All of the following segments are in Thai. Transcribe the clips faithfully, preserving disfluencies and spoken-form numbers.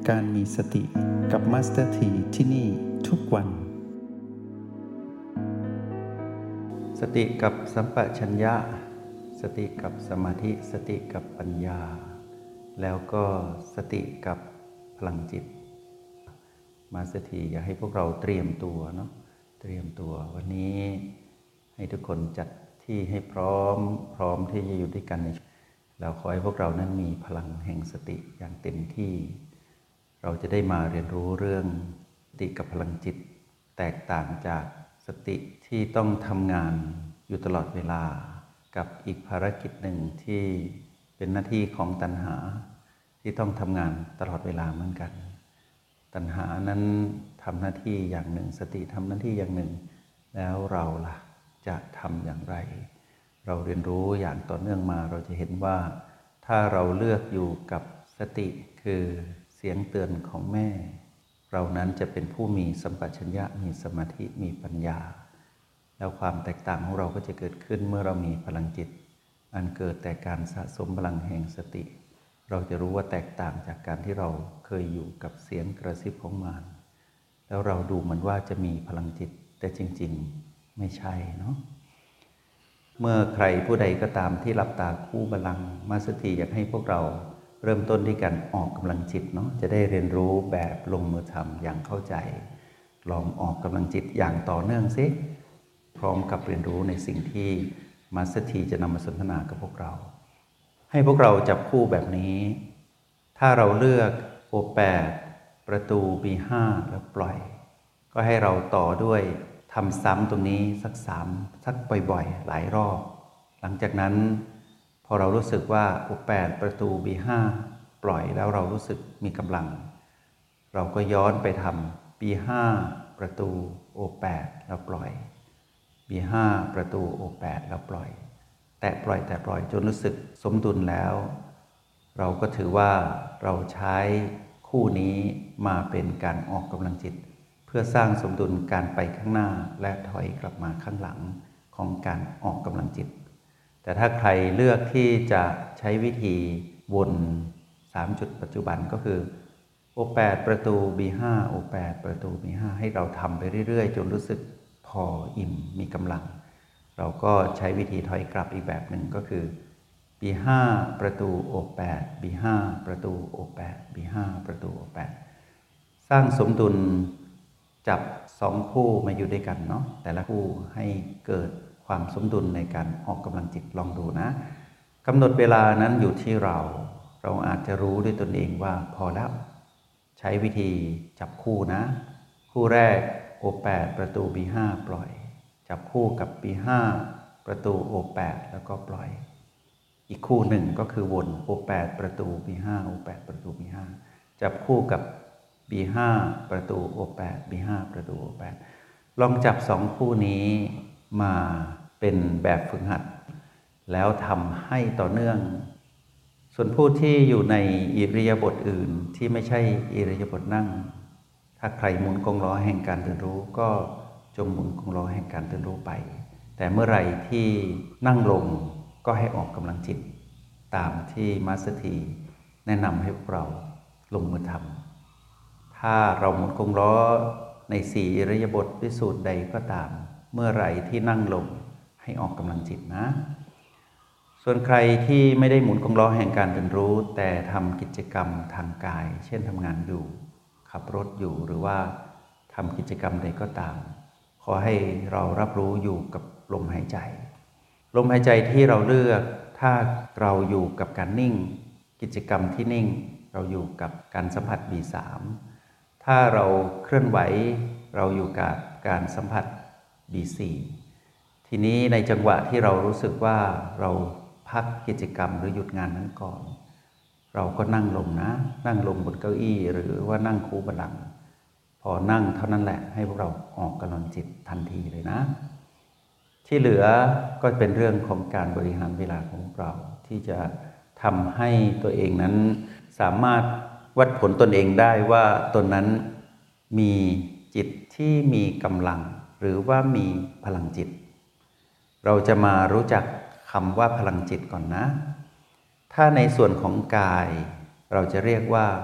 การมีสติกับมาสเตอร์ทีที่นี่ทุกวันสติกับสัมปชัญญะสติกับสมาธิสติกับปัญญาแล้วก็สติกับพลังจิตมาสเตอร์ทีอยากให้พวกเราเตรียมตัวเนาะเตรียมตัววันนี้ให้ทุกคนจัดที่ให้พร้อมพร้อมที่จะอยู่ด้วยกันเราขอให้พวกเรานั้นมีพลังแห่งสติอย่างเต็มที่เราจะได้มาเรียนรู้เรื่องสติกับพลังจิตแตกต่างจากสติที่ต้องทำงานอยู่ตลอดเวลากับอีกภารกิจหนึ่งที่เป็นหน้าที่ของตัณหาที่ต้องทำงานตลอดเวลาเหมือนกันตัณหานั้นทำหน้าที่อย่างหนึ่งสติทำหน้าที่อย่างหนึ่งแล้วเราล่ะจะทำอย่างไรเราเรียนรู้อย่างต่อเนื่องมาเราจะเห็นว่าถ้าเราเลือกอยู่กับสติคือเสียงเตือนของแม่เรานั้นจะเป็นผู้มีสัมปชัญญะมีสมาธิมีปัญญาแล้วความแตกต่างของเราก็จะเกิดขึ้นเมื่อเรามีพลังจิตอันเกิดแต่การสะสมพลังแห่งสติเราจะรู้ว่าแตกต่างจากการที่เราเคยอยู่กับเสียงกระซิบของมารแล้วเราดูเหมือนว่าจะมีพลังจิตแต่จริงๆไม่ใช่เนาะเมื่อใครผู้ใดก็ตามที่หลับตาคู่บัลลังก์มาสเตอร์ทีอยากให้พวกเราเริ่มต้นด้วยการออกกำลังจิตเนาะจะได้เรียนรู้แบบลงมือทำอย่างเข้าใจลองออกกำลังจิตอย่างต่อเนื่องสิพร้อมกับเรียนรู้ในสิ่งที่มาสเตอร์ทีจะนำมาสนทนากับพวกเราให้พวกเราจับคู่แบบนี้ถ้าเราเลือกโอแปดประตูบีห้าแล้วปล่อยก็ให้เราต่อด้วยทำซ้ำตรงนี้สักสามสักบ่อยๆหลายรอบหลังจากนั้นพอเรารู้สึกว่าโอแปดประตูบีห้าปล่อยแล้วเรารู้สึกมีกำลังเราก็ย้อนไปทำบีห้าประตูโอแปดแล้วปล่อยบีห้าประตูโอแปดแล้วปล่อยแตะปล่อยแตะปล่อยจนรู้สึกสมดุลแล้วเราก็ถือว่าเราใช้คู่นี้มาเป็นการออกกำลังจิตเพื่อสร้างสมดุลการไปข้างหน้าและถอยกลับมาข้างหลังของการออกกำลังจิตแต่ถ้าใครเลือกที่จะใช้วิธีวนสามจุดปัจจุบันก็คือโอแปดประตูบีห้าโอแปดประตูบีห้าให้เราทำไปเรื่อยๆจนรู้สึกพออิ่มมีกำลังเราก็ใช้วิธีถอยกลับอีกแบบหนึ่งก็คือ บี ห้า ประตู โอ แปด บี ห้า ประตู โอ แปด บี ห้า ประตู โอ แปด สร้างสมดุลจับสองคู่มาอยู่ด้วยกันเนาะแต่ละคู่ให้เกิดความสมดุลในการออกกำลังจิตลองดูนะกำหนดเวลานั้นอยู่ที่เราเราอาจจะรู้ด้วยตนเองว่าพอแล้วใช้วิธีจับคู่นะคู่แรก โอ แปด ประตู บี ห้า ปล่อยจับคู่กับ บี ห้า ประตู โอ แปด แล้วก็ปล่อยอีกคู่หนึ่งก็คือวน โอ แปด ประตู บี ห้า โอ แปด ประตู บี ห้า จับคู่กับ บี ห้า ประตู โอ แปด บี ห้า ประตู โอ แปด ลองจับสองคู่นี้มาเป็นแบบฝึกหัดแล้วทำให้ต่อเนื่องส่วนผู้ที่อยู่ในอิริยาบถอื่นที่ไม่ใช่อิริยาบถนั่งถ้าใครหมุนกงล้อแห่งการตื่นรู้ก็จงหมุนกงล้อแห่งการตื่นรู้ไปแต่เมื่อไหร่ที่นั่งลงก็ให้ออกกำลังจิตตามที่มาสเตอร์ทีแนะนำให้พวกเราลงมือทำถ้าเราหมุนกงล้อในสี่อิริยาบถด้วยสูตรใดก็ตามเมื่อไหร่ที่นั่งลงให้ออกกำลังจิตนะส่วนใครที่ไม่ได้หมุนกงล้อแห่งการตื่นรู้แต่ทำกิจกรรมทางกายเช่นทำงานอยู่ขับรถอยู่หรือว่าทำกิจกรรมใดก็ตามขอให้เรารับรู้อยู่กับลมหายใจลมหายใจที่เราเลือกถ้าเราอยู่กับการนิ่งกิจกรรมที่นิ่งเราอยู่กับการสัมผัส บี สาม ถ้าเราเคลื่อนไหวเราอยู่กับการสัมผัส บี สี่ ทีนี้ในจังหวะที่เรารู้สึกว่าเราพักกิจกรรมหรือหยุดงานนั้นก่อนเราก็นั่งลงนะนั่งลงบนเก้าอี้หรือว่านั่งคูบัลลังก์พอนั่งเท่านั้นแหละให้พวกเราออกกำลังจิตทันทีเลยนะที่เหลือก็เป็นเรื่องของการบริหารเวลาของเราที่จะทำให้ตัวเองนั้นสามารถวัดผลตนเองได้ว่าตนนั้นมีจิตที่มีกำลังหรือว่ามีพลังจิตเราจะมารู้จักคำว่าพลังจิตก่อนนะถ้าในส่วนของกายเราจะเรียกว่าก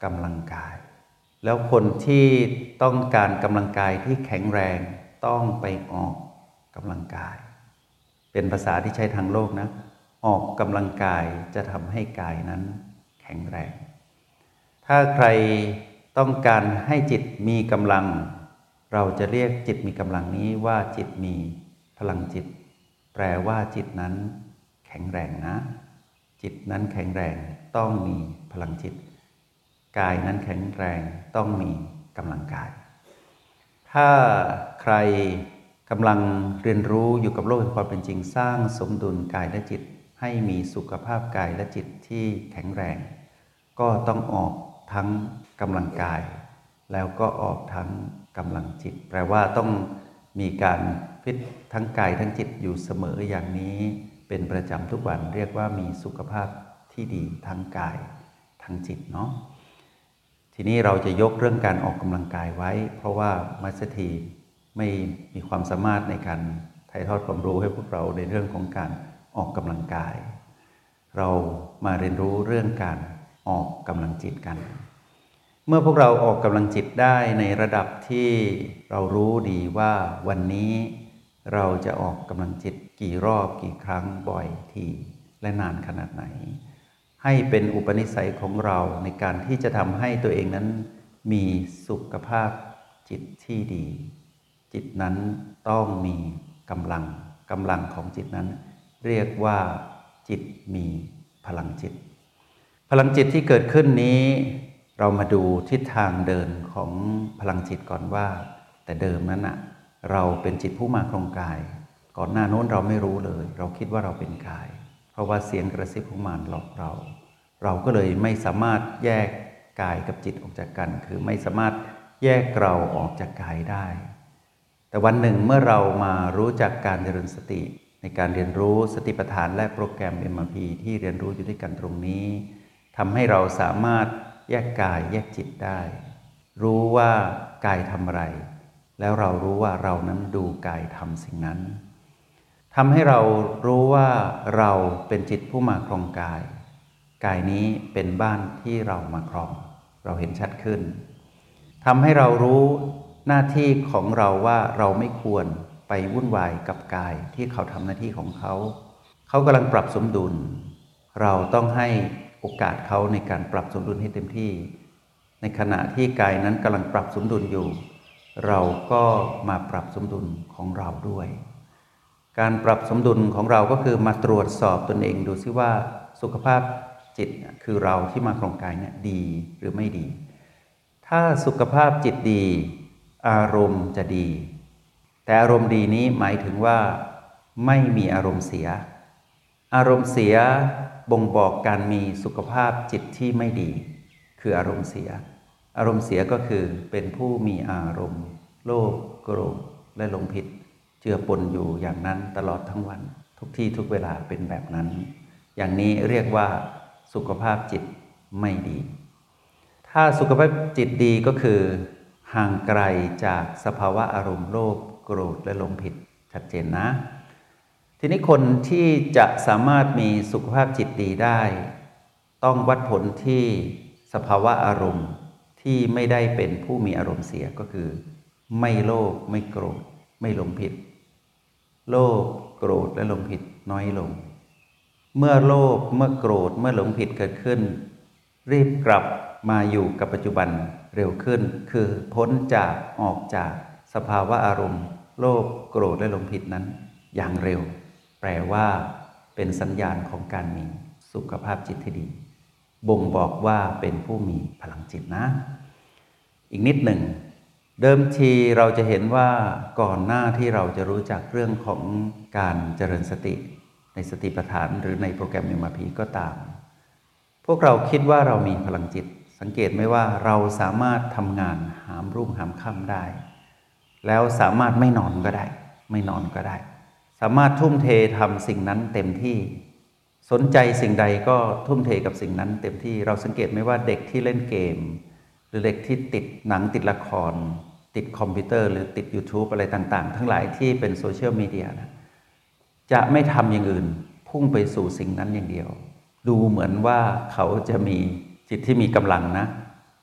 กำลังกายแล้วคนที่ต้องการกำลังกายที่แข็งแรงต้องไปออกกำลังกายเป็นภาษาที่ใช้ทางโลกนะออกกำลังกายจะทำให้กายนั้นแข็งแรงถ้าใครต้องการให้จิตมีกำลังเราจะเรียกจิตมีกำลังนี้ว่าจิตมีพลังจิตแปลว่าจิตนั้นแข็งแรงนะจิตนั้นแข็งแรงต้องมีพลังจิตกายนั้นแข็งแรงต้องมีกำลังกายถ้าใครกำลังเรียนรู้อยู่กับโลกแห่งความเป็นจริงสร้างสมดุลกายและจิตให้มีสุขภาพกายและจิตที่แข็งแรงก็ต้องออกทั้งกำลังกายแล้วก็ออกทั้งกำลังจิตแปลว่าต้องมีการฟิตทั้งกายทั้งจิตอยู่เสมออย่างนี้เป็นประจำทุกวันเรียกว่ามีสุขภาพที่ดีทั้งกายทั้งจิตเนาะทีนี้เราจะยกเรื่องการออกกำลังกายไว้เพราะว่ามัสถีไม่มีความสามารถในการถ่ายทอดความรู้ให้พวกเราในเรื่องของการออกกำลังกายเรามาเรียนรู้เรื่องการออกกำลังจิตกันเมื่อพวกเราออกกำลังจิตได้ในระดับที่เรารู้ดีว่าวันนี้เราจะออกกำลังจิตกี่รอบกี่ครั้งบ่อยทีและนานขนาดไหนให้เป็นอุปนิสัยของเราในการที่จะทำให้ตัวเองนั้นมีสุขภาพจิตที่ดีจิตนั้นต้องมีกำลังกำลังของจิตนั้นเรียกว่าจิตมีพลังจิตพลังจิตที่เกิดขึ้นนี้เรามาดูทิศทางเดินของพลังจิตก่อนว่าแต่เดิมนั้นน่ะเราเป็นจิตผู้มาครองกายก่อนหน้าโน้นเราไม่รู้เลยเราคิดว่าเราเป็นกายเพราะว่าเสียงกระซิบของมารหลอกเราเราก็เลยไม่สามารถแยกกายกับจิตออกจากกันคือไม่สามารถแยกเราออกจากกายได้แต่วันหนึ่งเมื่อเรามารู้จักการเจริญสติในการเรียนรู้สติปัฏฐานและโปรแกรม เอ็ม อาร์ พี ที่เรียนรู้อยู่ด้วยกันตรงนี้ทำให้เราสามารถแยกกายแยกจิตได้รู้ว่ากายทำอะไรแล้วเรารู้ว่าเรานั้นดูกายทำสิ่งนั้นทำให้เรารู้ว่าเราเป็นจิตผู้มาครองกายกายนี้เป็นบ้านที่เรามาครองเราเห็นชัดขึ้นทำให้เรารู้หน้าที่ของเราว่าเราไม่ควรไปวุ่นวายกับกายที่เขาทำหน้าที่ของเขาเขากำลังปรับสมดุลเราต้องให้โอกาสเขาในการปรับสมดุลให้เต็มที่ในขณะที่กายนั้นกำลังปรับสมดุลอยู่เราก็มาปรับสมดุลของเราด้วยการปรับสมดุลของเราก็คือมาตรวจสอบตนเองดูซิว่าสุขภาพจิตคือเราที่มาครองกายเนี่ยดีหรือไม่ดีถ้าสุขภาพจิตดีอารมณ์จะดีแต่อารมณ์ดีนี้หมายถึงว่าไม่มีอารมณ์เสียอารมณ์เสียบ่งบอกการมีสุขภาพจิตที่ไม่ดีคืออารมณ์เสียอารมณ์เสียก็คือเป็นผู้มีอารมณ์โลภโกรธและหลงผิดเจือปนอยู่อย่างนั้นตลอดทั้งวันทุกที่ทุกเวลาเป็นแบบนั้นอย่างนี้เรียกว่าสุขภาพจิตไม่ดีถ้าสุขภาพจิตดีก็คือห่างไกลจากสภาวะอารมณ์โลภโกรธและหลงผิดชัดเจนนะทีนี้คนที่จะสามารถมีสุขภาพจิตดีได้ต้องวัดผลที่สภาวะอารมณ์ที่ไม่ได้เป็นผู้มีอารมณ์เสียก็คือไม่โลภไม่โกรธไม่หลงผิดโลภโกรธและหลงผิดน้อยลงเมื่อโลภเมื่อโกรธเมื่อหลงผิดเกิดขึ้นรีบกลับมาอยู่กับปัจจุบันเร็วขึ้นคือพ้นจากออกจากสภาวะอารมณ์โลภโกรธและหลงผิดนั้นอย่างเร็วแปลว่าเป็นสัญญาณของการมีสุขภาพจิตที่ดีบ่งบอกว่าเป็นผู้มีพลังจิตนะอีกนิดหนึ่งเดิมทีเราจะเห็นว่าก่อนหน้าที่เราจะรู้จักเรื่องของการเจริญสติในสติปัฏฐานหรือในโปรแกรม เอ็ม อาร์ พี ก็ตามพวกเราคิดว่าเรามีพลังจิตสังเกตไหมว่าเราสามารถทำงานหามรุ่งหามค่ำได้แล้วสามารถไม่นอนก็ได้ไม่นอนก็ได้สามารถทุ่มเททำสิ่งนั้นเต็มที่สนใจสิ่งใดก็ทุ่มเทกับสิ่งนั้นเต็มที่เราสังเกตไหมว่าเด็กที่เล่นเกมหรือเด็กที่ติดหนังติดละครติดคอมพิวเตอร์หรือติด YouTube อะไรต่างๆทั้งหลายที่เป็นโซเชียลมีเดียนะจะไม่ทำอย่างอื่นพุ่งไปสู่สิ่งนั้นอย่างเดียวดูเหมือนว่าเขาจะมีจิตที่มีกำลังนะ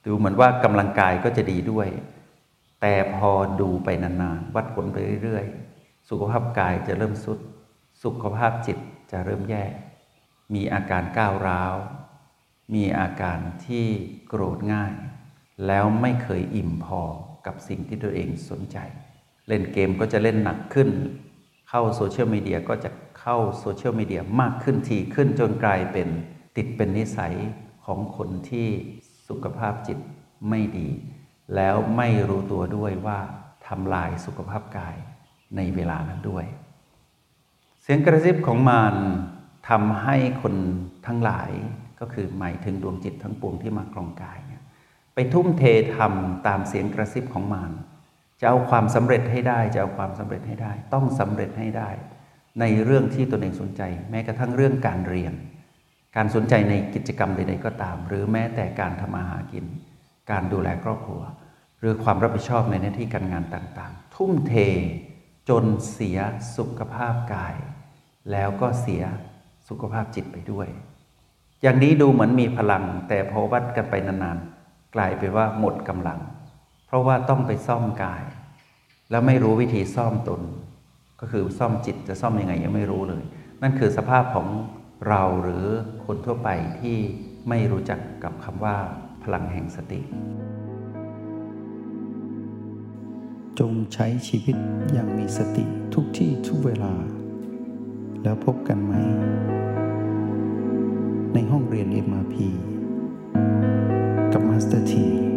ดูเหมือนว่ากำลังกายก็จะดีด้วยแต่พอดูไปนานๆวัดผลไปเรื่อยๆสุขภาพกายจะเริ่มทรุดสุขภาพจิตจะเริ่มแย่มีอาการก้าวร้าวมีอาการที่โกรธง่ายแล้วไม่เคยอิ่มพอกับสิ่งที่ตัวเองสนใจเล่นเกมก็จะเล่นหนักขึ้นเข้าโซเชียลมีเดียก็จะเข้าโซเชียลมีเดียมากขึ้นทีขึ้นจนกลายเป็นติดเป็นนิสัยของคนที่สุขภาพจิตไม่ดีแล้วไม่รู้ตัวด้วยว่าทำลายสุขภาพกายในเวลานั้นด้วยเสียงกระซิบของมารทำให้คนทั้งหลายก็คือหมายถึงดวงจิตทั้งปวงที่มาครองกายเนี่ยไปทุ่มเททำตามเสียงกระซิบของมารจะเอาความสำเร็จให้ได้จะเอาความสำเร็จให้ได้ต้องสำเร็จให้ได้ในเรื่องที่ตนเองสนใจแม้กระทั่งเรื่องการเรียนการสนใจในกิจกรรมใดๆก็ตามหรือแม้แต่การทำมาหากินการดูแลครอบครัวหรือความรับผิดชอบในหน้าที่การงานต่างๆทุ่มเทจนเสียสุขภาพกายแล้วก็เสียสุขภาพจิตไปด้วยอย่างนี้ดูเหมือนมีพลังแต่พอวัดกันไปนานๆกลายเป็นว่าหมดกำลังเพราะว่าต้องไปซ่อมกายแล้วไม่รู้วิธีซ่อมตนก็คือซ่อมจิตจะซ่อมยังไงยังไม่รู้เลยนั่นคือสภาพของเราหรือคนทั่วไปที่ไม่รู้จักกับคำว่าพลังแห่งสติจงใช้ชีวิตอย่างมีสติทุกที่ทุกเวลาแล้วพบกันไหมในห้องเรียน เอ็ม อาร์ พี กับมาสเตอร์ที